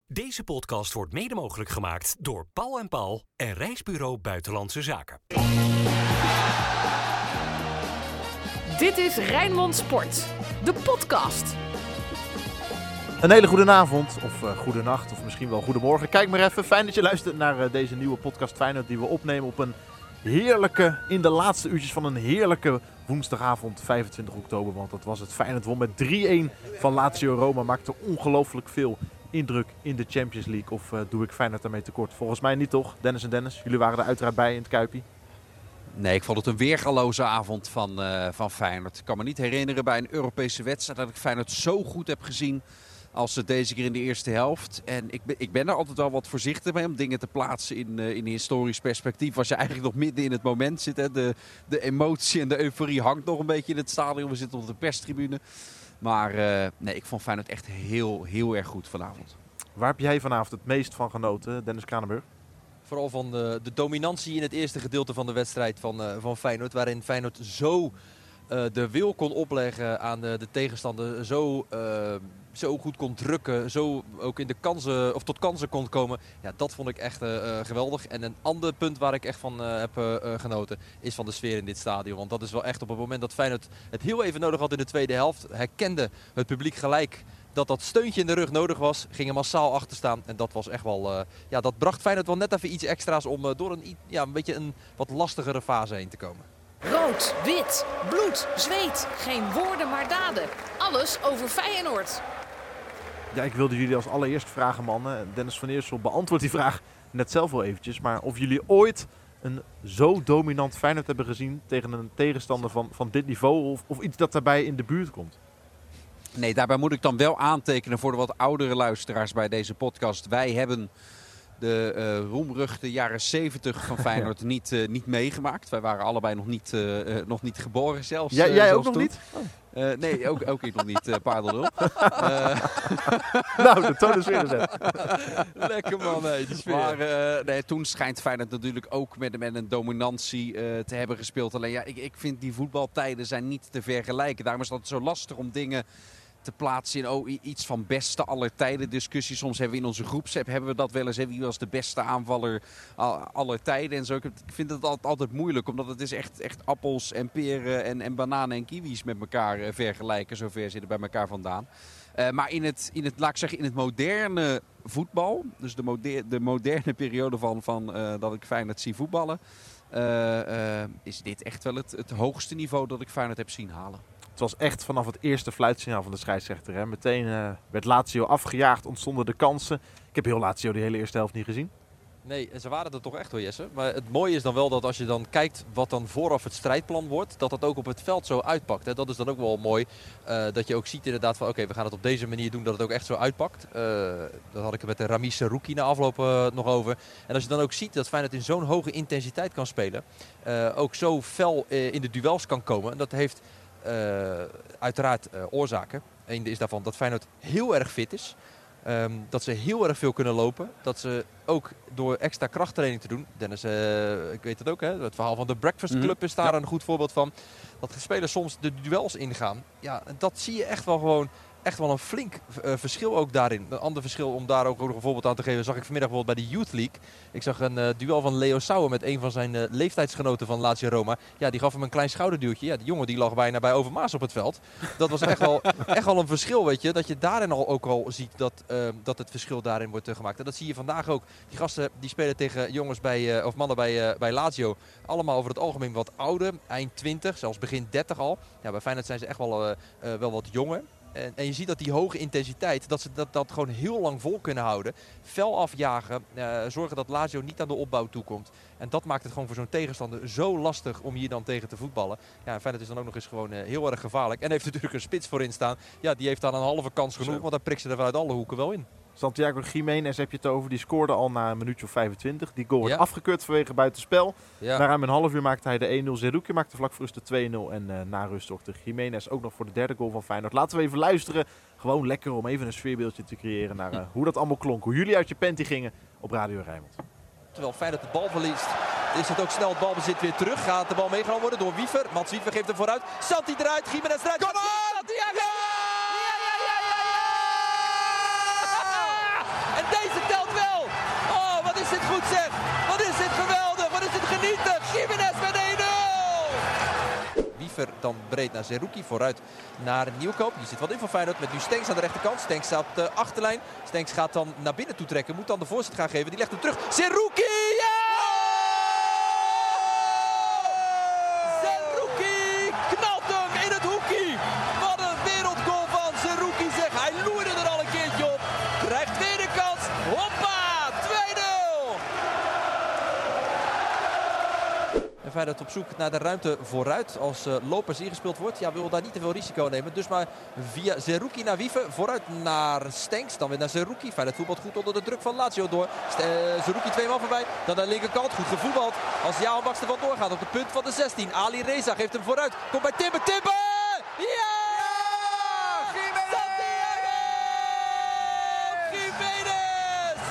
Deze podcast wordt mede mogelijk gemaakt door Paul & Paul en Reisbureau Buitenlandse Zaken. Dit is Rijnmond Sport, de podcast. Een hele goede avond, of goede nacht, of misschien wel goedemorgen. Kijk maar even, fijn dat je luistert naar deze nieuwe podcast Feyenoord die we opnemen op een heerlijke, in de laatste uurtjes van een heerlijke woensdagavond 25 oktober. Want dat was het. Feyenoord won met 3-1 van Lazio Roma, maakte ongelooflijk veel indruk in de Champions League. Of doe ik Feyenoord daarmee tekort? Volgens mij niet, toch? Dennis en Dennis, jullie waren er uiteraard bij in het Kuipie. Nee, ik vond het een weergaloze avond van Feyenoord. Ik kan me niet herinneren bij een Europese wedstrijd dat ik Feyenoord zo goed heb gezien als deze keer in de eerste helft. En ik ben er altijd wel wat voorzichtig mee om dingen te plaatsen in historisch perspectief. Als je eigenlijk nog midden in het moment zit. Hè. De emotie en de euforie hangt nog een beetje in het stadion. We zitten op de perstribune. Maar nee, ik vond Feyenoord echt heel erg goed vanavond. Waar heb jij vanavond het meest van genoten, Dennis Kranenburg? Vooral van de dominantie in het eerste gedeelte van de wedstrijd van Feyenoord. Waarin Feyenoord zo de wil kon opleggen aan de tegenstander. Zo goed kon drukken. Zo ook in de kansen, of tot kansen kon komen. Ja, dat vond ik echt geweldig. En een ander punt waar ik echt van heb genoten is van de sfeer in dit stadion. Want dat is wel echt op het moment dat Feyenoord het heel even nodig had in de tweede helft. Herkende het publiek gelijk dat steuntje in de rug nodig was. Gingen massaal achter staan. En dat was echt wel... dat bracht Feyenoord wel net even iets extra's om door een beetje een wat lastigere fase heen te komen. Rood, wit, bloed, zweet. Geen woorden maar daden. Alles over Feyenoord. Ja, ik wilde jullie als allereerst vragen, mannen. Dennis van Eersel beantwoordt die vraag net zelf wel eventjes. Maar of jullie ooit een zo dominant Feyenoord hebben gezien tegen een tegenstander van dit niveau. Of iets dat daarbij in de buurt komt. Nee, daarbij moet ik dan wel aantekenen voor de wat oudere luisteraars bij deze podcast. Wij hebben de roemruchte jaren 70 van Feyenoord niet meegemaakt. Wij waren allebei nog niet geboren zelfs. Jij ook nog niet? Oh. Nee, ook ik nog niet, paardelul. Nou, de toon is weer gezet. Lekker man, nee, die sfeer. Maar toen schijnt Feyenoord natuurlijk ook met een dominantie te hebben gespeeld. Alleen ja, ik vind die voetbaltijden zijn niet te vergelijken. Daarom is dat zo lastig om dingen te plaatsen in iets van beste aller tijden discussie. Soms hebben we in onze groepsapp hebben we dat wel eens. Wie was de beste aanvaller aller tijden en zo. Ik vind het altijd moeilijk. Omdat het is echt appels en peren en bananen en kiwis met elkaar vergelijken. Zover zitten bij elkaar vandaan. Maar in het moderne voetbal. Dus de moderne periode van dat ik Feyenoord zie voetballen. Is dit echt wel het hoogste niveau dat ik Feyenoord heb zien halen. Het was echt vanaf het eerste fluitsignaal van de scheidsrechter. Hè. Meteen werd Lazio afgejaagd, ontstonden de kansen. Ik heb heel Lazio die hele eerste helft niet gezien. Nee, en ze waren er toch echt hoor, Jesse. Maar het mooie is dan wel dat als je dan kijkt wat dan vooraf het strijdplan wordt, dat dat ook op het veld zo uitpakt. Hè. Dat is dan ook wel mooi. Dat je ook ziet inderdaad van oké, we gaan het op deze manier doen dat het ook echt zo uitpakt. Dat had ik er met de Rami Serouki na afloop nog over. En als je dan ook ziet dat Feyenoord in zo'n hoge intensiteit kan spelen. Ook zo fel in de duels kan komen. En dat heeft uiteraard oorzaken. Eén is daarvan dat Feyenoord heel erg fit is. Dat ze heel erg veel kunnen lopen. Dat ze ook door extra krachttraining te doen. Dennis, ik weet het ook. Hè? Het verhaal van de Breakfast Club is daar een goed voorbeeld van. Dat de spelers soms de duels ingaan. Ja, dat zie je echt wel een flink verschil ook daarin. Een ander verschil om daar ook nog een voorbeeld aan te geven zag ik vanmiddag bijvoorbeeld bij de Youth League. Ik zag een duel van Leo Sauer met een van zijn leeftijdsgenoten van Lazio Roma. Ja, die gaf hem een klein schouderduwtje. Ja, die jongen die lag bijna bij Overmaas op het veld. Dat was echt wel een verschil, weet je. Dat je daarin ook al ziet dat het verschil daarin wordt gemaakt. En dat zie je vandaag ook. Die gasten die spelen tegen jongens of mannen bij Lazio. Allemaal over het algemeen wat ouder. Eind 20, zelfs begin 30 al. Ja, bij Feyenoord zijn ze echt wel wat jonger. En je ziet dat die hoge intensiteit, dat ze dat gewoon heel lang vol kunnen houden. Fel afjagen, zorgen dat Lazio niet aan de opbouw toekomt. En dat maakt het gewoon voor zo'n tegenstander zo lastig om hier dan tegen te voetballen. Ja, en Feyenoord is dan ook nog eens gewoon heel erg gevaarlijk. En heeft natuurlijk een spits voorin staan. Ja, die heeft dan een halve kans genoeg, want dan prikt ze er vanuit alle hoeken wel in. Santiago Giménez heb je het over. Die scoorde al na een minuutje of 25. Die goal werd afgekeurd vanwege buitenspel. Ja. Na ruim een half uur maakte hij de 1-0. Zerouki maakte vlak voor rust de 2-0. En na rust zorgde Giménez ook nog voor de derde goal van Feyenoord. Laten we even luisteren. Gewoon lekker om even een sfeerbeeldje te creëren naar hoe dat allemaal klonk. Hoe jullie uit je panty gingen op Radio Rijnmond. Terwijl Feyenoord de bal verliest, is het ook snel het balbezit weer terug. Gaat de bal meegenomen worden door Wiever. Mats Wiever geeft hem vooruit. Santi eruit, Giménez eruit. Kom on! En deze goed zeg. Wat is dit geweldig. Wat is dit genieten. Gimenez met 1-0. Wiever dan breed naar Zerouki. Vooruit naar Nieuwkoop. Die zit wat in van Feyenoord. Met nu Stenks aan de rechterkant. Stenks staat op de achterlijn. Stenks gaat dan naar binnen toe trekken. Moet dan de voorzet gaan geven. Die legt hem terug. Zerouki! Ja! Zerouki knalt hem in het hoekie. Wat een wereldgoal van Zerouki zeg. Hij loerde er al een keertje op. Krijgt tweede kans. Hoppa! 2-0. En Feyenoord op zoek naar de ruimte vooruit. Als Lopez ingespeeld wordt. Ja, wil daar niet te veel risico nemen. Dus maar via Zerouki naar Wiever. Vooruit naar Stenks. Dan weer naar Zerouki. Feyenoord voetbalt goed onder de druk van Lazio door. Zerouki 2 man voorbij. Dan naar de linkerkant. Goed gevoetbald. Als Jao Max er vandoor gaat op de punt van de 16. Ali Reza geeft hem vooruit. Komt bij Timber. Timber! Ja! Santiago! Gimenez!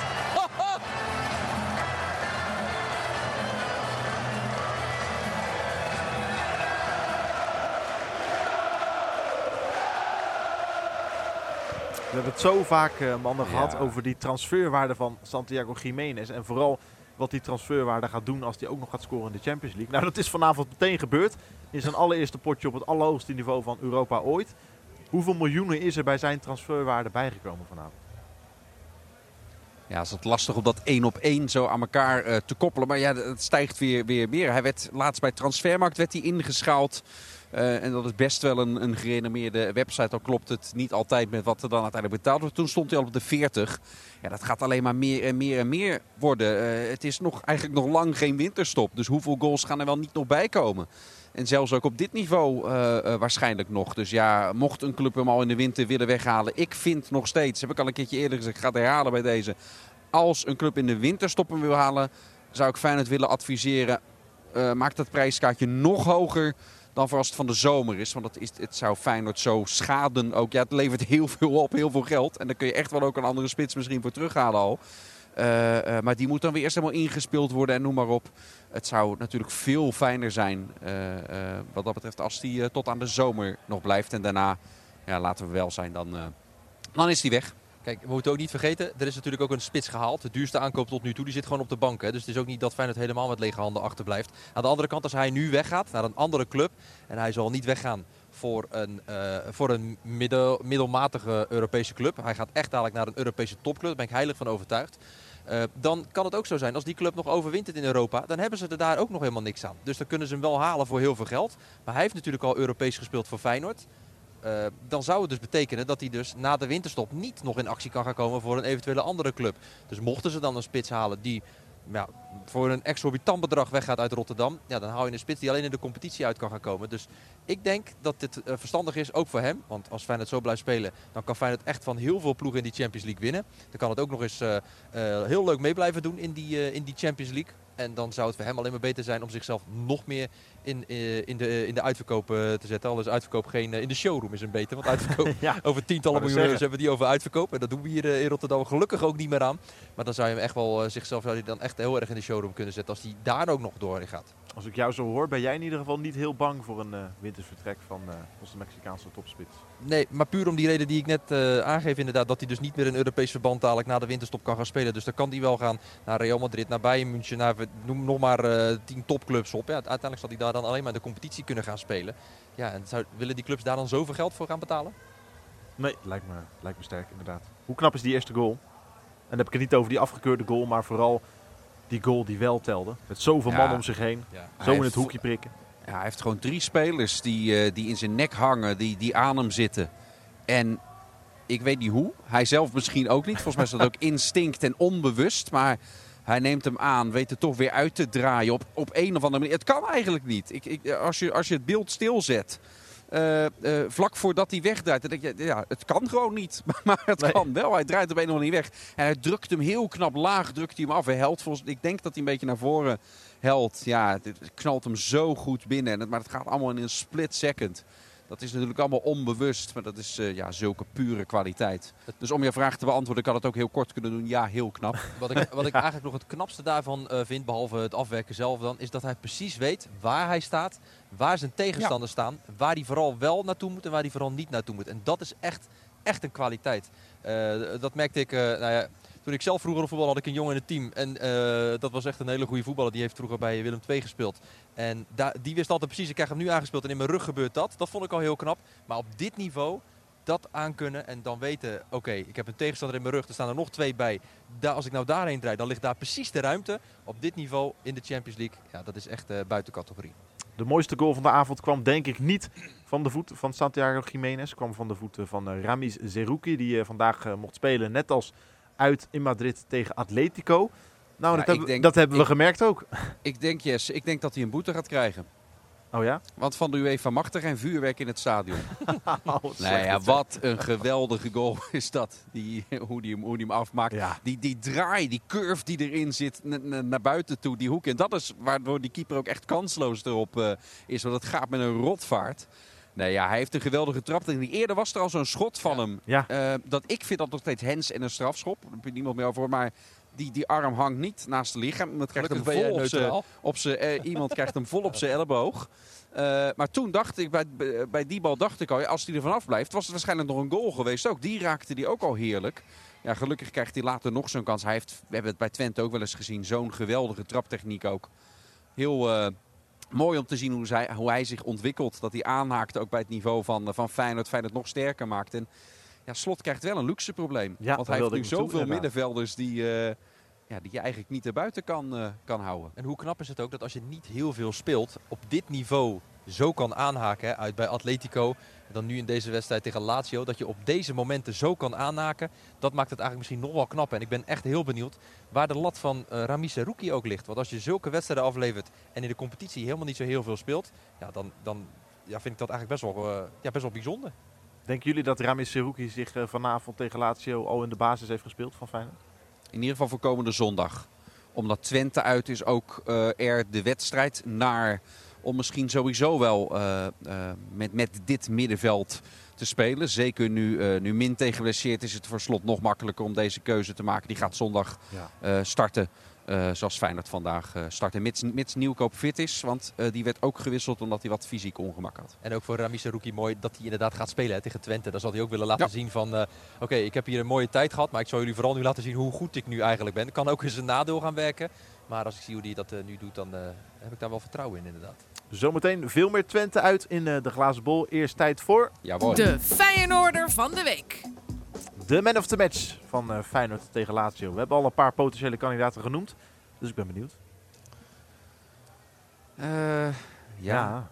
We hebben het zo vaak, mannen, gehad over die transferwaarde van Santiago Gimenez. En vooral wat die transferwaarde gaat doen als hij ook nog gaat scoren in de Champions League. Nou, dat is vanavond meteen gebeurd. In zijn allereerste potje op het allerhoogste niveau van Europa ooit. Hoeveel miljoenen is er bij zijn transferwaarde bijgekomen vanavond? Ja, het is wat lastig om dat 1 op 1 zo aan elkaar te koppelen. Maar ja, het stijgt weer meer. Hij werd laatst bij Transfermarkt werd hij ingeschaald. En dat is best wel een gerenommeerde website. Al klopt het niet altijd met wat er dan uiteindelijk betaald wordt. Toen stond hij al op de 40. Ja, dat gaat alleen maar meer en meer en meer worden. Het is eigenlijk nog lang geen winterstop. Dus hoeveel goals gaan er wel niet nog bij komen? En zelfs ook op dit niveau waarschijnlijk nog. Dus ja, mocht een club hem al in de winter willen weghalen. Ik vind nog steeds, heb ik al een keertje eerder gezegd, ik ga het herhalen bij deze. Als een club in de winterstop hem wil halen, zou ik Feyenoord willen adviseren. Maak dat prijskaartje nog hoger dan voor als het van de zomer is. Want het zou Feyenoord zo schaden ook. Ja, het levert heel veel op, heel veel geld. En dan kun je echt wel ook een andere spits misschien voor terughalen al. Maar die moet dan weer eerst helemaal ingespeeld worden en noem maar op. Het zou natuurlijk veel fijner zijn wat dat betreft als die tot aan de zomer nog blijft. En daarna, ja, laten we wel zijn, dan is die weg. Kijk, we moeten ook niet vergeten, er is natuurlijk ook een spits gehaald. De duurste aankoop tot nu toe, die zit gewoon op de bank. Hè. Dus het is ook niet dat Feyenoord helemaal met lege handen achterblijft. Aan de andere kant, als hij nu weggaat naar een andere club. En hij zal niet weggaan voor een middelmatige Europese club. Hij gaat echt dadelijk naar een Europese topclub. Daar ben ik heilig van overtuigd. Dan kan het ook zo zijn, als die club nog overwintert in Europa, dan hebben ze er daar ook nog helemaal niks aan. Dus dan kunnen ze hem wel halen voor heel veel geld. Maar hij heeft natuurlijk al Europees gespeeld voor Feyenoord. Dan zou het dus betekenen dat hij dus na de winterstop niet nog in actie kan gaan komen voor een eventuele andere club. Dus mochten ze dan een spits halen die voor een exorbitant bedrag weggaat uit Rotterdam, ja, dan hou je een spits die alleen in de competitie uit kan gaan komen. Dus ik denk dat dit verstandig is, ook voor hem. Want als Feyenoord zo blijft spelen, dan kan Feyenoord echt van heel veel ploegen in die Champions League winnen. Dan kan het ook nog eens heel leuk mee blijven doen in die Champions League. En dan zou het voor hem alleen maar beter zijn om zichzelf nog meer in de uitverkoop te zetten. Al is uitverkoop geen... in de showroom is een beter. Want uitverkoop over tientallen miljoen euro's hebben we die over uitverkoop. En dat doen we hier in Rotterdam gelukkig ook niet meer aan. Maar dan zou je hem echt wel zichzelf zou hij dan echt heel erg in de showroom kunnen zetten. Als hij daar ook nog door gaat. Als ik jou zo hoor, ben jij in ieder geval niet heel bang voor een wintersvertrek van onze Mexicaanse topspits? Nee, maar puur om die reden die ik net aangeef inderdaad. Dat hij dus niet meer in Europees verband dadelijk na de winterstop kan gaan spelen. Dus dan kan hij wel gaan naar Real Madrid, naar Bayern München, naar noem nog maar 10 topclubs op. Ja, uiteindelijk zal hij daar dan alleen maar in de competitie kunnen gaan spelen. Ja, en willen die clubs daar dan zoveel geld voor gaan betalen? Nee, lijkt me sterk inderdaad. Hoe knap is die eerste goal? En dan heb ik het niet over die afgekeurde goal, maar vooral die goal die wel telde. Met zoveel man om zich heen. Ja. Zo in het hoekje prikken. Ja, hij heeft gewoon 3 spelers die in zijn nek hangen, die aan hem zitten. En ik weet niet hoe. Hij zelf misschien ook niet. Volgens mij is dat ook instinct en onbewust. Maar hij neemt hem aan, weet het toch weer uit te draaien op een of andere manier. Het kan eigenlijk niet. Als je het beeld stilzet, vlak voordat hij wegdraait, dan denk je, ja, het kan gewoon niet. Maar het kan wel. Hij draait op een of andere manier weg. En hij drukt hem heel knap laag, drukt hij hem af. Hij helt ik denk dat hij een beetje naar voren helt. Ja, het knalt hem zo goed binnen. Maar het gaat allemaal in een split second. Dat is natuurlijk allemaal onbewust, maar dat is zulke pure kwaliteit. Dus om je vraag te beantwoorden, kan het ook heel kort kunnen doen. Ja, heel knap. Wat ik eigenlijk nog het knapste daarvan vind, behalve het afwerken zelf dan, is dat hij precies weet waar hij staat, waar zijn tegenstanders staan, waar hij vooral wel naartoe moet en waar hij vooral niet naartoe moet. En dat is echt een kwaliteit. Dat merkte ik, Toen ik zelf vroeger voetbal had ik een jongen in het team. En dat was echt een hele goede voetballer. Die heeft vroeger bij Willem II gespeeld. En die wist altijd precies, ik krijg hem nu aangespeeld en in mijn rug gebeurt dat. Dat vond ik al heel knap. Maar op dit niveau, dat aankunnen en dan weten, oké, ik heb een tegenstander in mijn rug. Er staan er nog 2 bij. Als ik nou daarheen draai, dan ligt daar precies de ruimte. Op dit niveau in de Champions League, ja, dat is echt buiten categorie. De mooiste goal van de avond kwam denk ik niet van de voet van Santiago Giménez. Kwam van de voet van Ramiz Zerouki, die vandaag mocht spelen. Net als uit in Madrid tegen Atletico. Nou, Ja, dat hebben we gemerkt ook. Ik denk dat hij een boete gaat krijgen. Oh ja? Want van de UEFA mag er geen vuurwerk in het stadion. Nee, ja, wat een geweldige goal is dat. Hoe die hem afmaakt. Ja. Die draai, die curve die erin zit naar buiten toe, die hoek. En dat is waardoor die keeper ook echt kansloos erop is. Want het gaat met een rotvaart. Nee, ja, hij heeft een geweldige trap. Eerder was er al zo'n schot van hem. Ja. Dat ik vind dat nog steeds hens en een strafschop. Daar heb je niemand meer over. Maar die arm hangt niet naast het lichaam. Iemand krijgt hem iemand krijgt hem vol op zijn elleboog. Maar toen dacht ik, bij die bal dacht ik al, als hij er vanaf blijft, was het waarschijnlijk nog een goal geweest ook. Die raakte die ook al heerlijk. Ja, gelukkig krijgt hij later nog zo'n kans. We hebben het bij Twente ook wel eens gezien. Zo'n geweldige traptechniek ook. Heel mooi om te zien hoe hij zich ontwikkelt. Dat hij aanhaakt ook bij het niveau van Feyenoord. Feyenoord nog sterker maakt. En ja, Slot krijgt wel een luxe probleem. Ja, want hij heeft nu zoveel middenvelders die je eigenlijk niet erbuiten kan houden. En hoe knap is het ook dat als je niet heel veel speelt, op dit niveau zo kan aanhaken. Uit bij Atletico, en dan nu in deze wedstrijd tegen Lazio. Dat je op deze momenten zo kan aanhaken. Dat maakt het eigenlijk misschien nog wel knapper. En ik ben echt heel benieuwd waar de lat van Ramiz Zerouki ook ligt. Want als je zulke wedstrijden aflevert en in de competitie helemaal niet zo heel veel speelt. Ja, dan vind ik dat eigenlijk best wel bijzonder. Denken jullie dat Ramiz Zerouki zich vanavond tegen Lazio al in de basis heeft gespeeld van Feyenoord? In ieder geval voor komende zondag. Omdat Twente uit is ook er de wedstrijd naar om misschien sowieso wel met dit middenveld te spelen. Zeker nu Min tegen geblesseerd is het voor Slot nog makkelijker om deze keuze te maken. Die gaat zondag starten. Zoals Feyenoord vandaag starten. Mits Nieuwkoop fit is. Want die werd ook gewisseld omdat hij wat fysiek ongemak had. En ook voor Ramiz Zerouki mooi dat hij inderdaad gaat spelen tegen Twente. Dan zal hij ook willen laten zien van oké, ik heb hier een mooie tijd gehad. Maar ik zal jullie vooral nu laten zien hoe goed ik nu eigenlijk ben. Ik kan ook in zijn nadeel gaan werken. Maar als ik zie hoe hij dat nu doet, dan heb ik daar wel vertrouwen in inderdaad. Zometeen veel meer Twente uit in de glazen bol. Eerst tijd voor de Feyenoorder van de week. De man of the match van Feyenoord tegen Lazio. We hebben al een paar potentiële kandidaten genoemd. Dus ik ben benieuwd. Ja.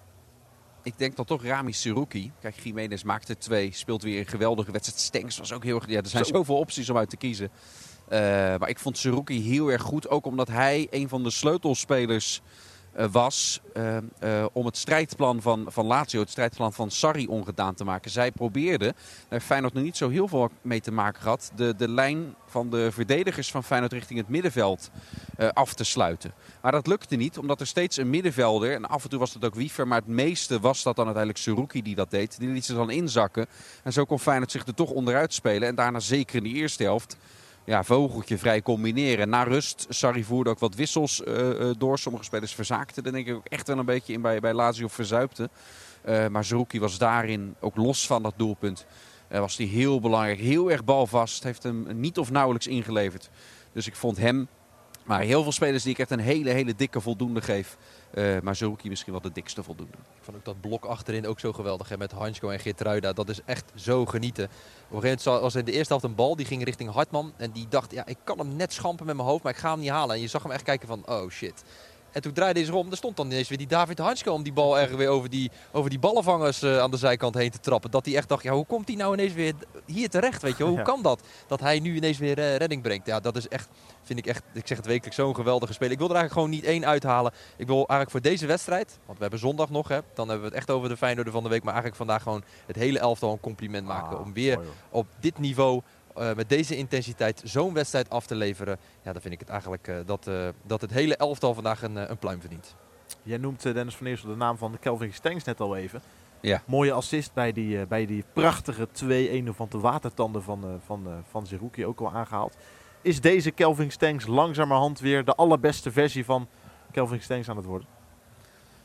Ik denk dan toch Ramiz Zerouki. Kijk, Giménez maakte 2. Speelt weer een geweldige wedstrijd. Stengs was ook heel erg. Ja, er zijn zoveel opties om uit te kiezen. Maar ik vond Zerouki heel erg goed. Ook omdat hij een van de sleutelspelers was om het strijdplan van Lazio, het strijdplan van Sarri ongedaan te maken. Zij probeerden, daar Feyenoord nog niet zo heel veel mee te maken gehad, de lijn van de verdedigers van Feyenoord richting het middenveld af te sluiten. Maar dat lukte niet, omdat er steeds een middenvelder, en af en toe was dat ook Wiever, maar het meeste was dat dan uiteindelijk Zerouki die dat deed. Die liet ze dan inzakken. En zo kon Feyenoord zich er toch onderuit spelen. En daarna zeker in de eerste helft vogeltje vrij combineren. Na rust, Sarri voerde ook wat wissels door. Sommige spelers verzaakten er denk ik ook echt wel een beetje in bij Lazio verzuipte. Maar Zerouki was daarin, ook los van dat doelpunt, was hij heel belangrijk. Heel erg balvast. Heeft hem niet of nauwelijks ingeleverd. Dus ik vond hem, maar heel veel spelers die ik echt een hele dikke voldoende geef. Maar Zerouki misschien wel de dikste voldoende. Ik vond ook dat blok achterin ook zo geweldig. Hè, met Hansko en Geertruida. Dat is echt zo genieten. Op een gegeven moment was er in de eerste helft een bal. Die ging richting Hartman. En die dacht, ik kan hem net schampen met mijn hoofd. Maar ik ga hem niet halen. En je zag hem echt kijken van, oh shit. En toen draaide hij zich om. Er stond dan ineens weer die David Hansko om die bal ergens weer over die ballenvangers aan de zijkant heen te trappen. Dat hij echt dacht, hoe komt hij nou ineens weer hier terecht? Weet je? Hoe kan dat? Dat hij nu ineens weer redding brengt. Ja, dat is echt, vind ik echt, ik zeg het wekelijks, zo'n geweldige speler. Ik wil er eigenlijk gewoon niet één uithalen. Ik wil eigenlijk voor deze wedstrijd, want we hebben zondag nog, dan hebben we het echt over de Feyenoorder van de week. Maar eigenlijk vandaag gewoon het hele elftal een compliment maken. Om weer op dit niveau, met deze intensiteit, zo'n wedstrijd af te leveren. Ja, dan vind ik het eigenlijk dat het hele elftal vandaag een pluim verdient. Jij noemt Dennis van Eersel de naam van Kelvin Stengs net al even. Ja. Mooie assist bij die prachtige 2-1 van de watertanden van Zerouki ook al aangehaald. Is deze Kelvin Stengs langzamerhand weer de allerbeste versie van Kelvin Stengs aan het worden?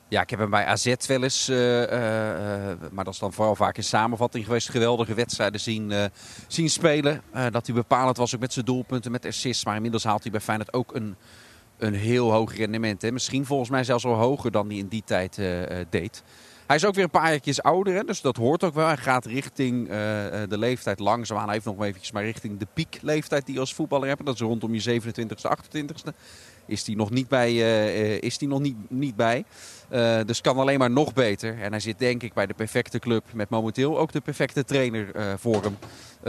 Ja, ik heb hem bij AZ wel eens, maar dat is dan vooral vaak in samenvatting geweest, geweldige wedstrijden zien spelen. Dat hij bepalend was ook met zijn doelpunten, met assists. Maar inmiddels haalt hij bij Feyenoord ook een heel hoog rendement. Hè. Misschien volgens mij zelfs wel hoger dan hij in die tijd deed. Hij is ook weer een paar jaartjes ouder, hè, dus dat hoort ook wel. Hij gaat richting de leeftijd langzaamaan. Hij heeft nog maar eventjes, maar richting de piekleeftijd die je als voetballer hebt. Dat is rondom je 27e, 28e. Is hij nog niet bij. Dus kan alleen maar nog beter. En hij zit denk ik bij de perfecte club met momenteel ook de perfecte trainer voor hem.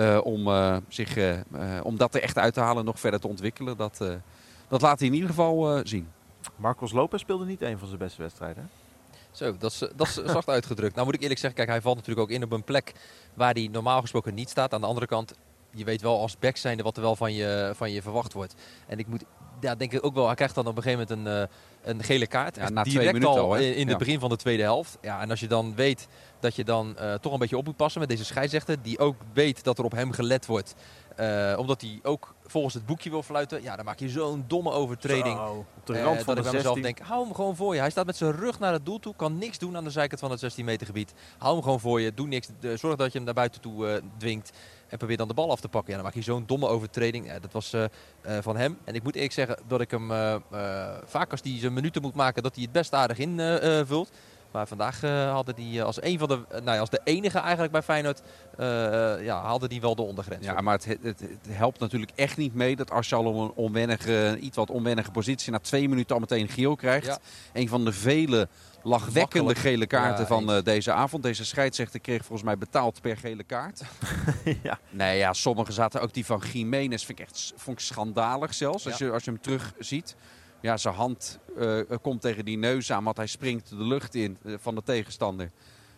Om dat er echt uit te halen en nog verder te ontwikkelen. Dat laat hij in ieder geval zien. Marcos Lopez speelde niet een van zijn beste wedstrijden. Hè? Zo, dat is zacht uitgedrukt. Nou moet ik eerlijk zeggen, kijk, hij valt natuurlijk ook in op een plek waar hij normaal gesproken niet staat. Aan de andere kant, je weet wel als back zijnde wat er wel van je verwacht wordt. En ik moet, denk ik ook wel, hij krijgt dan op een gegeven moment een gele kaart. Ja, na 2 direct minuten al, in het begin van de tweede helft. Ja, en als je dan weet dat je dan toch een beetje op moet passen met deze scheidsrechter, die ook weet dat er op hem gelet wordt. Omdat hij ook volgens het boekje wil fluiten. Ja, dan maak je zo'n domme overtreding. Zo, op de rand van dat de ik bij 16. mezelf denk, hou hem gewoon voor je. Hij staat met zijn rug naar het doel toe. Kan niks doen aan de zijkant van het 16 meter gebied. Hou hem gewoon voor je. Doe niks. Zorg dat je hem naar buiten toe dwingt. En probeer dan de bal af te pakken. Ja, dan maak je zo'n domme overtreding. Ja, dat was van hem. En ik moet eerlijk zeggen dat ik hem vaak als hij zijn minuten moet maken, dat hij het best aardig invult. Maar vandaag hadden die als als de enige eigenlijk bij Feyenoord, hadden die wel de ondergrens. Ja, maar het helpt natuurlijk echt niet mee dat als je al een iets wat onwennige positie na 2 minuten al meteen geel krijgt. Ja. Een van de vele lachwekkende gele kaarten van deze avond. Deze scheidsrechter kreeg volgens mij betaald per gele kaart. Ja. Nee, ja, sommigen zaten ook die van Jiménez. Vond ik schandalig zelfs, als je hem terug ziet. Ja, zijn hand komt tegen die neus aan, want hij springt de lucht in van de tegenstander.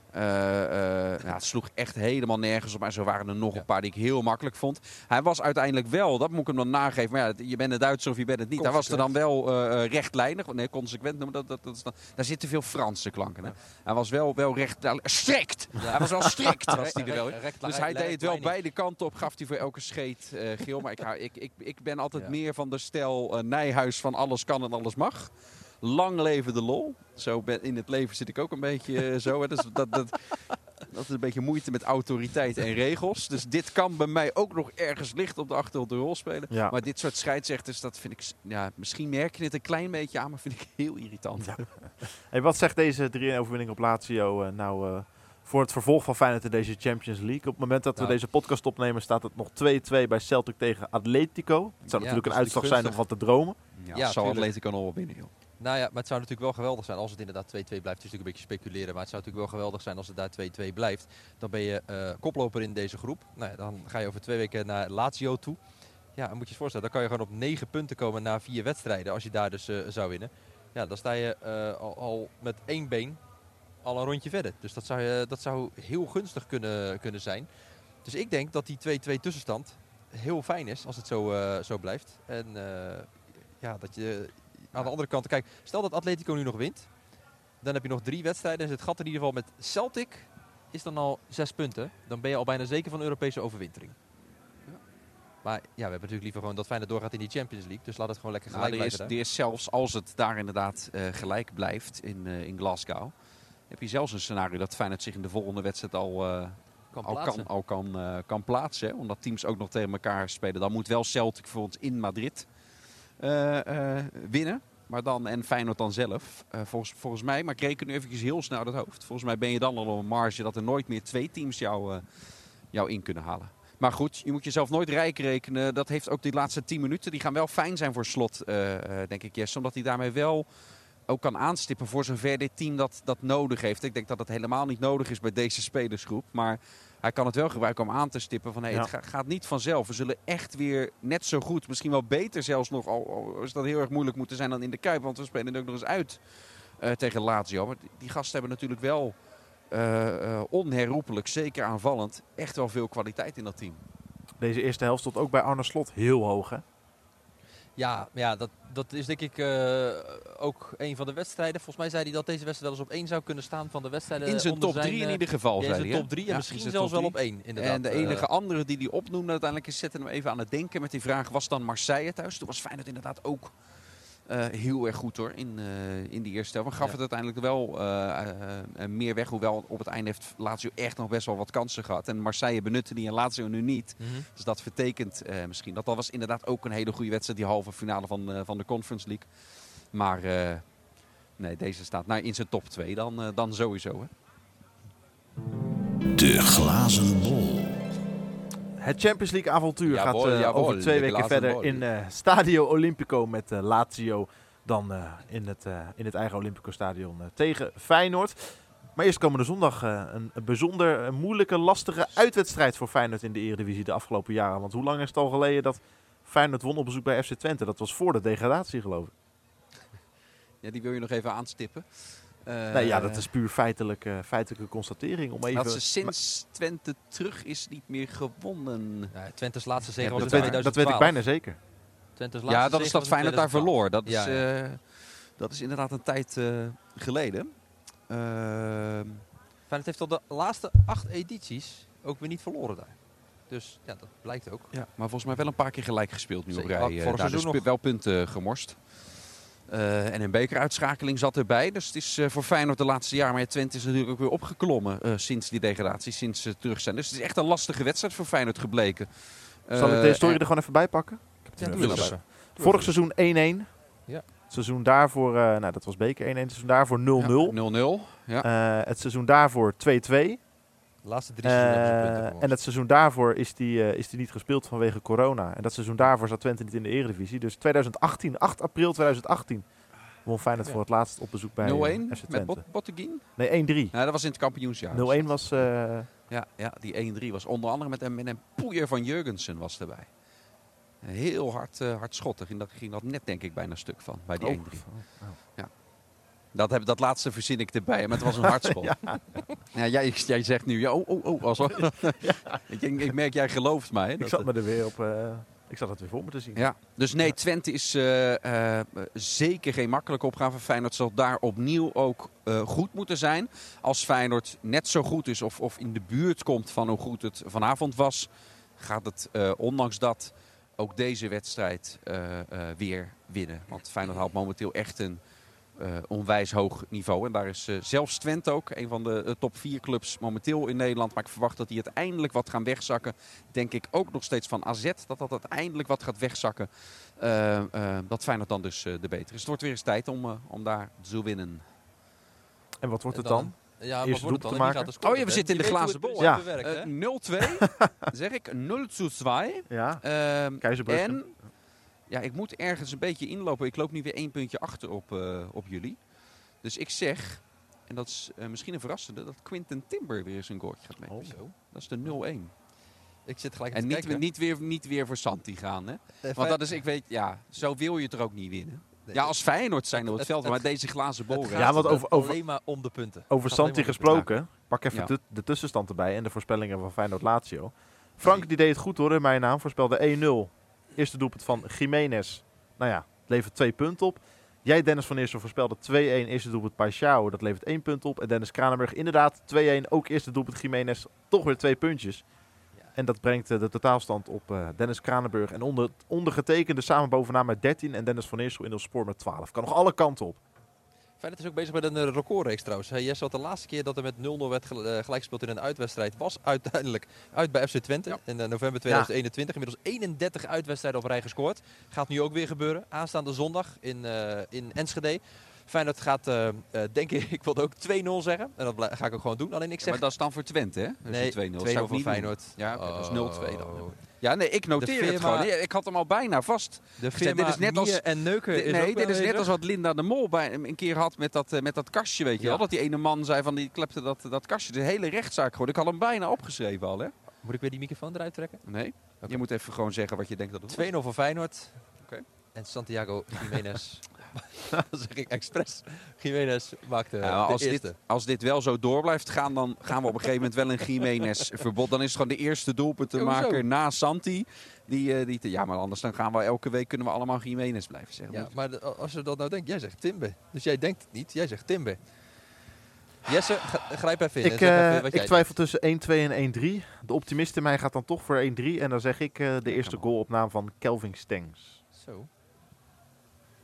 Het sloeg echt helemaal nergens op. En zo waren er nog een paar die ik heel makkelijk vond. Hij was uiteindelijk wel, dat moet ik hem dan nageven. Maar ja, je bent een Duitser of je bent het niet. Hij was er dan wel rechtlijnig. Nee, consequent noemen. Daar zitten veel Franse klanken. Hè? Hij was wel recht... Strikt! Ja. Hij was wel strikt. Was hij er wel. Dus hij deed het wel beide kanten op. Gaf hij voor elke scheet geel. Maar ik ben altijd meer van de stijl Nijhuis van alles kan en alles mag. Lang leven de lol. Zo in het leven zit ik ook een beetje zo. Hè. Dus dat is een beetje moeite met autoriteit en regels. Dus dit kan bij mij ook nog ergens licht op de achtergrond de rol spelen. Ja. Maar dit soort scheidsrechters, dat vind ik... Ja, misschien merk je het een klein beetje aan, maar vind ik heel irritant. Ja. Hey, wat zegt deze 3-1-overwinning op Lazio voor het vervolg van Feyenoord in deze Champions League? Op het moment dat we deze podcast opnemen staat het nog 2-2 bij Celtic tegen Atletico. Het zou natuurlijk een uitslag zijn om van te dromen. Ja, zal Atletico nog wel winnen, joh. Nou ja, maar het zou natuurlijk wel geweldig zijn als het inderdaad 2-2 blijft. Het is natuurlijk een beetje speculeren, maar het zou natuurlijk wel geweldig zijn als het daar 2-2 blijft. Dan ben je koploper in deze groep. Nou ja, dan ga je over 2 weken naar Lazio toe. Ja, en moet je je voorstellen, dan kan je gewoon op 9 punten komen na 4 wedstrijden als je daar dus zou winnen. Ja, dan sta je al met 1 been al een rondje verder. Dus dat zou heel gunstig kunnen zijn. Dus ik denk dat die 2-2 tussenstand heel fijn is als het zo blijft. En dat je... Aan de andere kant, kijk, stel dat Atletico nu nog wint. Dan heb je nog 3 wedstrijden. Dus het gat in ieder geval met Celtic is dan al 6 punten. Dan ben je al bijna zeker van een Europese overwintering. Ja. Maar ja, we hebben natuurlijk liever gewoon dat Feyenoord doorgaat in die Champions League. Dus laat het gewoon lekker gelijk blijven. Er is zelfs als het daar inderdaad gelijk blijft in Glasgow. Heb je zelfs een scenario dat Feyenoord zich in de volgende wedstrijd kan plaatsen. Hè? Omdat teams ook nog tegen elkaar spelen. Dan moet wel Celtic voor ons in Madrid winnen. Maar dan, en Feyenoord dan zelf. Volgens mij, maar ik reken nu eventjes heel snel uit het hoofd. Volgens mij ben je dan al op een marge dat er nooit meer 2 teams jou in kunnen halen. Maar goed, je moet jezelf nooit rijk rekenen. Dat heeft ook die laatste 10 minuten. Die gaan wel fijn zijn voor Slot, denk ik, Jesse. Omdat hij daarmee wel ook kan aanstippen voor zover dit team dat nodig heeft. Ik denk dat het helemaal niet nodig is bij deze spelersgroep. Maar hij kan het wel gebruiken om aan te stippen van het gaat niet vanzelf. We zullen echt weer net zo goed, misschien wel beter zelfs nog, al is dat heel erg moeilijk moeten zijn dan in de Kuip. Want we spelen ook nog eens uit tegen Lazio. Maar die gasten hebben natuurlijk wel onherroepelijk, zeker aanvallend, echt wel veel kwaliteit in dat team. Deze eerste helft stond ook bij Arne Slot heel hoog, hè? Ja, dat is denk ik ook een van de wedstrijden. Volgens mij zei hij dat deze wedstrijd wel eens op 1 zou kunnen staan van de wedstrijden. In zijn top 3 in ieder geval, zei hij. In zijn top 3 en misschien zelfs wel op 1, inderdaad. En de enige andere die hij opnoemde uiteindelijk is, zette hem even aan het denken met die vraag, was dan Marseille thuis? Toen was Feyenoord inderdaad ook heel erg goed hoor in die eerste helft. Maar gaf het uiteindelijk wel meer weg. Hoewel op het einde heeft Lazio echt nog best wel wat kansen gehad. En Marseille benutte die en Lazio nu niet. Dus dat vertekent misschien. Dat was inderdaad ook een hele goede wedstrijd. Die halve finale van de Conference League. Maar nee, deze staat in zijn top 2 dan sowieso. Hè. De glazen bol. Het Champions League avontuur Jawel, gaat jawel, over 2 de weken glazen verder bol. in Stadio Olimpico met Lazio. Dan in het eigen Olympico Stadion tegen Feyenoord. Maar eerst komende zondag een bijzonder moeilijke, lastige uitwedstrijd voor Feyenoord in de Eredivisie de afgelopen jaren. Want hoe lang is het al geleden dat Feyenoord won op bezoek bij FC Twente? Dat was voor de degradatie, geloof ik. Ja, die wil je nog even aanstippen. Nee, ja, dat is puur feitelijke constatering. Om even... Dat ze sinds Twente terug is niet meer gewonnen. Ja, Twente's laatste zege Ja, was in dat 2012. weet ik bijna zeker. Twente's laatste Ja, dat is zege dat was in Feyenoord daar 2012. verloor. Ja. Dat is inderdaad een tijd geleden. Feyenoord heeft al de laatste 8 edities ook weer niet verloren daar. Dus ja, dat blijkt ook. Ja, maar volgens mij wel een paar keer gelijk gespeeld nu op Zeker. rij. Vorig Daar seizoen dus nog. wel punten gemorst. En een bekeruitschakeling zat erbij. Dus het is voor Feyenoord de laatste jaar. Maar Twente is natuurlijk ook weer opgeklommen sinds die degradatie. Sinds ze terug zijn. Dus het is echt een lastige wedstrijd voor Feyenoord gebleken. Zal ik de historie er gewoon even bij pakken? Ja, er doe even het bij. even. Vorig seizoen 1-1. Ja. Het seizoen daarvoor, dat was beker 1-1. Het seizoen daarvoor 0-0. 0-0. Ja. Het seizoen daarvoor 2-2. De laatste 3 seizoenen hebben ze punten En gemorst. het seizoen daarvoor is die niet gespeeld vanwege corona. En dat seizoen daarvoor zat Twente niet in de Eredivisie. Dus 2018, 8 april 2018, won Feyenoord Ja. voor het laatst op bezoek bij 0-1 FC met Twente. Botteguin. Nee, 1-3. Ja, dat was in het kampioensjaar. 0-1 was... Ja, die 1-3 was onder andere met een poeier van Jurgensen was erbij. Een heel hard schot. Daar ging dat net denk ik bijna stuk van bij die 1-3. Dat laatste verzin ik erbij, maar het was een hardschot. Ja, jij zegt nu, ja, ik merk, jij gelooft mij. Ik zat me er weer op... ik zat het weer voor me te zien. Ja, dus nee, Twente is zeker geen makkelijke opgave. Feyenoord zal daar opnieuw ook goed moeten zijn. Als Feyenoord net zo goed is of in de buurt komt van hoe goed het vanavond was, gaat het ondanks dat ook deze wedstrijd weer winnen. Want Feyenoord haalt momenteel echt een onwijs hoog niveau. En daar is zelfs Twente ook een van de top 4 clubs momenteel in Nederland. Maar ik verwacht dat die uiteindelijk wat gaan wegzakken. Denk ik ook nog steeds van AZ. Dat uiteindelijk wat gaat wegzakken. Dat Feyenoord dan dus de beter is. Het wordt weer eens tijd om daar te winnen. En wat wordt En het dan? Ja, wat Eerste wordt het doelpunt dan? te Wie gaat maken? er scoren, Oh ja, we Ben? zitten in de Je weet glazen hoe bol. het Ja. werkt, hè? 0-2. Zeg ik 0-2. Ja, Ehm, Keizerbrugge. En ja, ik moet ergens een beetje inlopen. Ik loop nu weer 1 puntje achter op jullie. Dus ik zeg, en dat is misschien een verrassende, dat Quinten Timber weer eens een goaltje gaat maken. Zo. Dat is de 0-1. Ik zit gelijk En te kijken. niet weer voor Santi gaan. Hè? Want dat is, ik weet, ja, zo wil je het er ook niet winnen. Nee, Ja, als Feyenoord zijn op het het- veld, het- maar deze glazen bol. het hè. Ja, gaat want over- alleen maar om de punten. Over Het gaat alleen Santi maar om de gesproken, pak even Ja. de tussenstand erbij en de voorspellingen van Feyenoord-Lazio. Frank die deed het goed hoor, in mijn naam. Voorspelde 1-0. Eerste doelpunt van Jiménez. Nou ja, levert 2 punten op. Jij, Dennis van Eersel, voorspelde 2-1. Eerste doelpunt Paixão, dat levert 1 punt op. En Dennis Kranenburg, inderdaad 2-1. Ook eerste doelpunt Jiménez, toch weer 2 puntjes. Ja. En dat brengt de totaalstand op Dennis Kranenburg. En ondergetekende samen bovenaan met 13. En Dennis van Eersel in ons spoor met 12. Kan nog alle kanten op. Feyenoord is ook bezig met een recordreeks trouwens. Jesse had de laatste keer dat er met 0-0 werd gelijk gespeeld in een uitwedstrijd was uiteindelijk uit bij FC Twente in november 2021. Inmiddels 31 uitwedstrijden op rij gescoord. Gaat nu ook weer gebeuren. Aanstaande zondag in Enschede. Feyenoord gaat, denk ik wilde ook 2-0 zeggen. En dat ga ik ook gewoon doen. Alleen ik Ja, zeg... maar dat is dan voor Twente, hè? Dat is nee, een 2-0. 2-0 Zou ik voor niet doen. Feyenoord. Ja, oké, dat is 0-2 dan. Oh. Ja, nee, ik noteer het firma- gewoon. Nee, ik had hem al bijna vast. De Dit is firma net als- Mier en Neuken is Nee, ook dit is net aanwezig. als wat Linda de Mol een keer had met dat kastje, weet je Ja. wel. Dat die ene man zei van, die klepte dat kastje. De hele rechtszaak geworden. Ik had hem bijna opgeschreven al, hè? Moet ik weer die microfoon eruit trekken? Nee, Oké. je moet even gewoon zeggen wat je denkt dat het 2-0 voor Feyenoord. Oké. En Santiago Jiménez. Dat zeg ik expres. Jiménez maakte Ja, de eerste. als dit wel zo door blijft gaan, dan gaan we op een gegeven moment wel een Jiménez verbod. Dan is het gewoon de eerste doelpunt te Hoezo? maken na Santi. Ja, maar anders dan gaan we elke week kunnen we allemaal Jiménez blijven zeggen. Ja, maar als je dat nou denkt, jij zegt Timber. Dus jij denkt het niet, jij zegt Timber. Jesse, grijp even in. en zeg even wat Ik jij twijfel tussen 1-2 en 1-3. De optimist in mij gaat dan toch voor 1-3. En dan zeg ik de eerste man. goal op naam van Kelvin Stengs. denkt. Zo.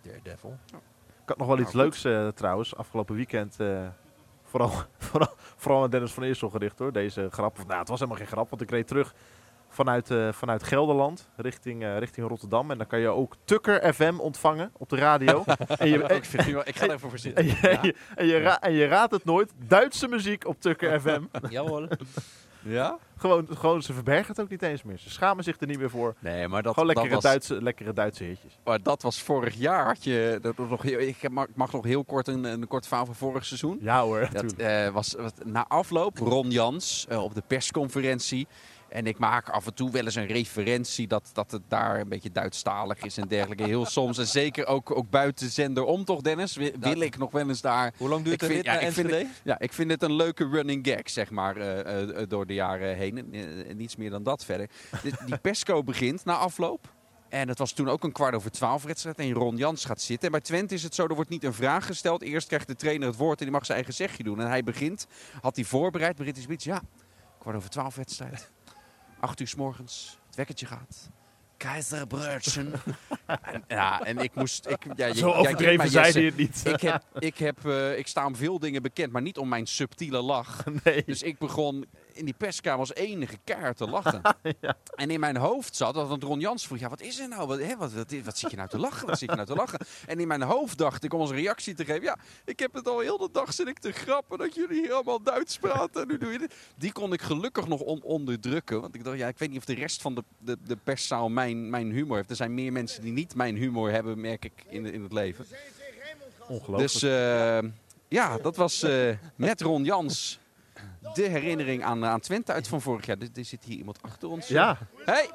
Daredevil. Ik had nog wel iets goed. leuks trouwens. Afgelopen weekend vooral aan Dennis van Eersel gericht hoor. Deze grap. Nou, het was helemaal geen grap, want ik reed terug vanuit Gelderland richting Rotterdam. En dan kan je ook Tukker FM ontvangen op de radio. Ik ga er even voor zitten. En je raadt het nooit. Duitse muziek op Tukker FM. Jawel. Ja? Gewoon, ze verbergen het ook niet eens meer. Ze schamen zich er niet meer voor. Nee, maar dat, Gewoon dat was... lekkere Duitse hitjes. Maar dat was vorig jaar. Had je ik mag nog heel kort een kort verhaal van vorig seizoen. Ja hoor, Dat was na afloop Ron Jans op de persconferentie. En ik maak af en toe wel eens een referentie dat het daar een beetje Duitsstalig is en dergelijke. Heel soms. En zeker ook buiten zender om, toch Dennis? Wil ik nog wel eens daar... Hoe lang duurt de rit naar Enschede? Ik vind het een leuke running gag, zeg maar, door de jaren heen. En niets meer dan dat verder. Die persco begint na afloop. En het was toen ook een 11:15 wedstrijd. En Ron Jans gaat zitten. En bij Twente is het zo, er wordt niet een vraag gesteld. Eerst krijgt de trainer het woord en die mag zijn eigen zegje doen. En hij had hij voorbereid, begint hij zoiets. Ja, 11:15 wedstrijd. 8 uur 's morgens, het wekkertje gaat. Keizerbroodje. en ik moest... Zo overdreven zei hij het niet. Ik sta om veel dingen bekend, maar niet om mijn subtiele lach. Nee. Dus ik begon in die perskamer als enige keihard te lachen. Ja. En in mijn hoofd zat, want Ron Jans vroeg, ja, wat is er nou? Wat zit je nou te lachen? Wat zit je nou te lachen? En in mijn hoofd dacht ik, om als reactie te geven, ja, ik heb het al heel de dag zit ik te grappen dat jullie hier allemaal Duits praten. En nu doe je dit. Die kon ik gelukkig nog onderdrukken. Want ik dacht, ja, ik weet niet of de rest van de perszaal mijn humor heeft. Er zijn meer mensen die niet mijn humor hebben, merk ik in het leven. Ongelooflijk. Dus dat was met Ron Jans de herinnering aan Twente uit van vorig jaar. Er zit hier iemand achter ons. Ja. Hey!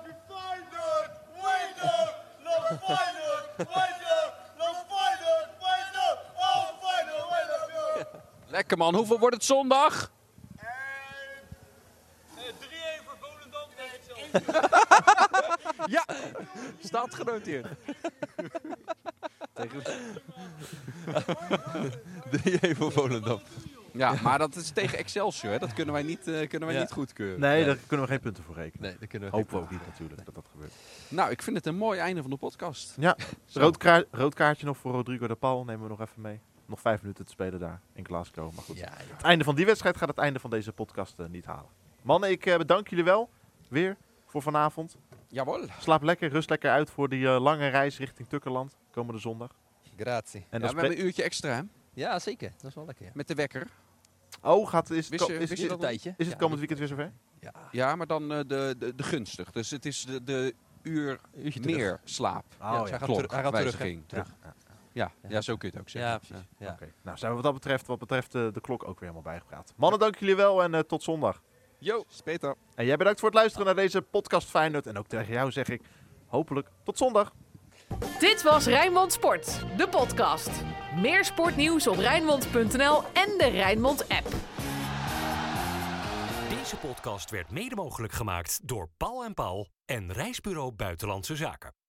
Lekker man, hoeveel wordt het zondag? 3-1 voor Volendam. Ja, staat genoteerd. 3-1 voor Volendam. Ja, maar dat is tegen Excelsior. Hè? Dat kunnen wij niet goedkeuren. Nee, daar kunnen we geen punten voor rekenen. Nee, dat kunnen we Hopen we ook niet natuurlijk dat gebeurt. Nou, ik vind het een mooi einde van de podcast. Ja, rood kaartje nog voor Rodrigo de Paul. Nemen we nog even mee. Nog 5 minuten te spelen daar in Glasgow. Maar goed, Ja, het einde van die wedstrijd gaat het einde van deze podcast niet halen. Mannen, ik bedank jullie wel weer voor vanavond. Jawel. Slaap lekker, rust lekker uit voor die lange reis richting Tukkerland. Komende zondag. Grazie. En Ja, dan we hebben een uurtje extra, hè? Ja, zeker. Dat is wel lekker. Ja. Met de wekker. Is Wist je dat een tijdje? het komend weekend weer zover? Ja. Ja, maar dan de gunstig. Dus het is de Uurtje meer terug. slaap. Ja, dus hij gaat terug, wijziging. hè? Ja, zo kun je het ook zeggen. Ja, precies. Ja. Oké. Nou, zijn we wat betreft de klok ook weer helemaal bijgepraat. Mannen, dank jullie wel en tot zondag. Yo, Speter. En jij bedankt voor het luisteren naar deze podcast Feyenoord. En ook tegen jou zeg ik hopelijk tot zondag. Dit was Rijnmond Sport, de podcast. Meer sportnieuws op Rijnmond.nl en de Rijnmond app. Deze podcast werd mede mogelijk gemaakt door Paul en Paul en Reisbureau Buitenlandse Zaken.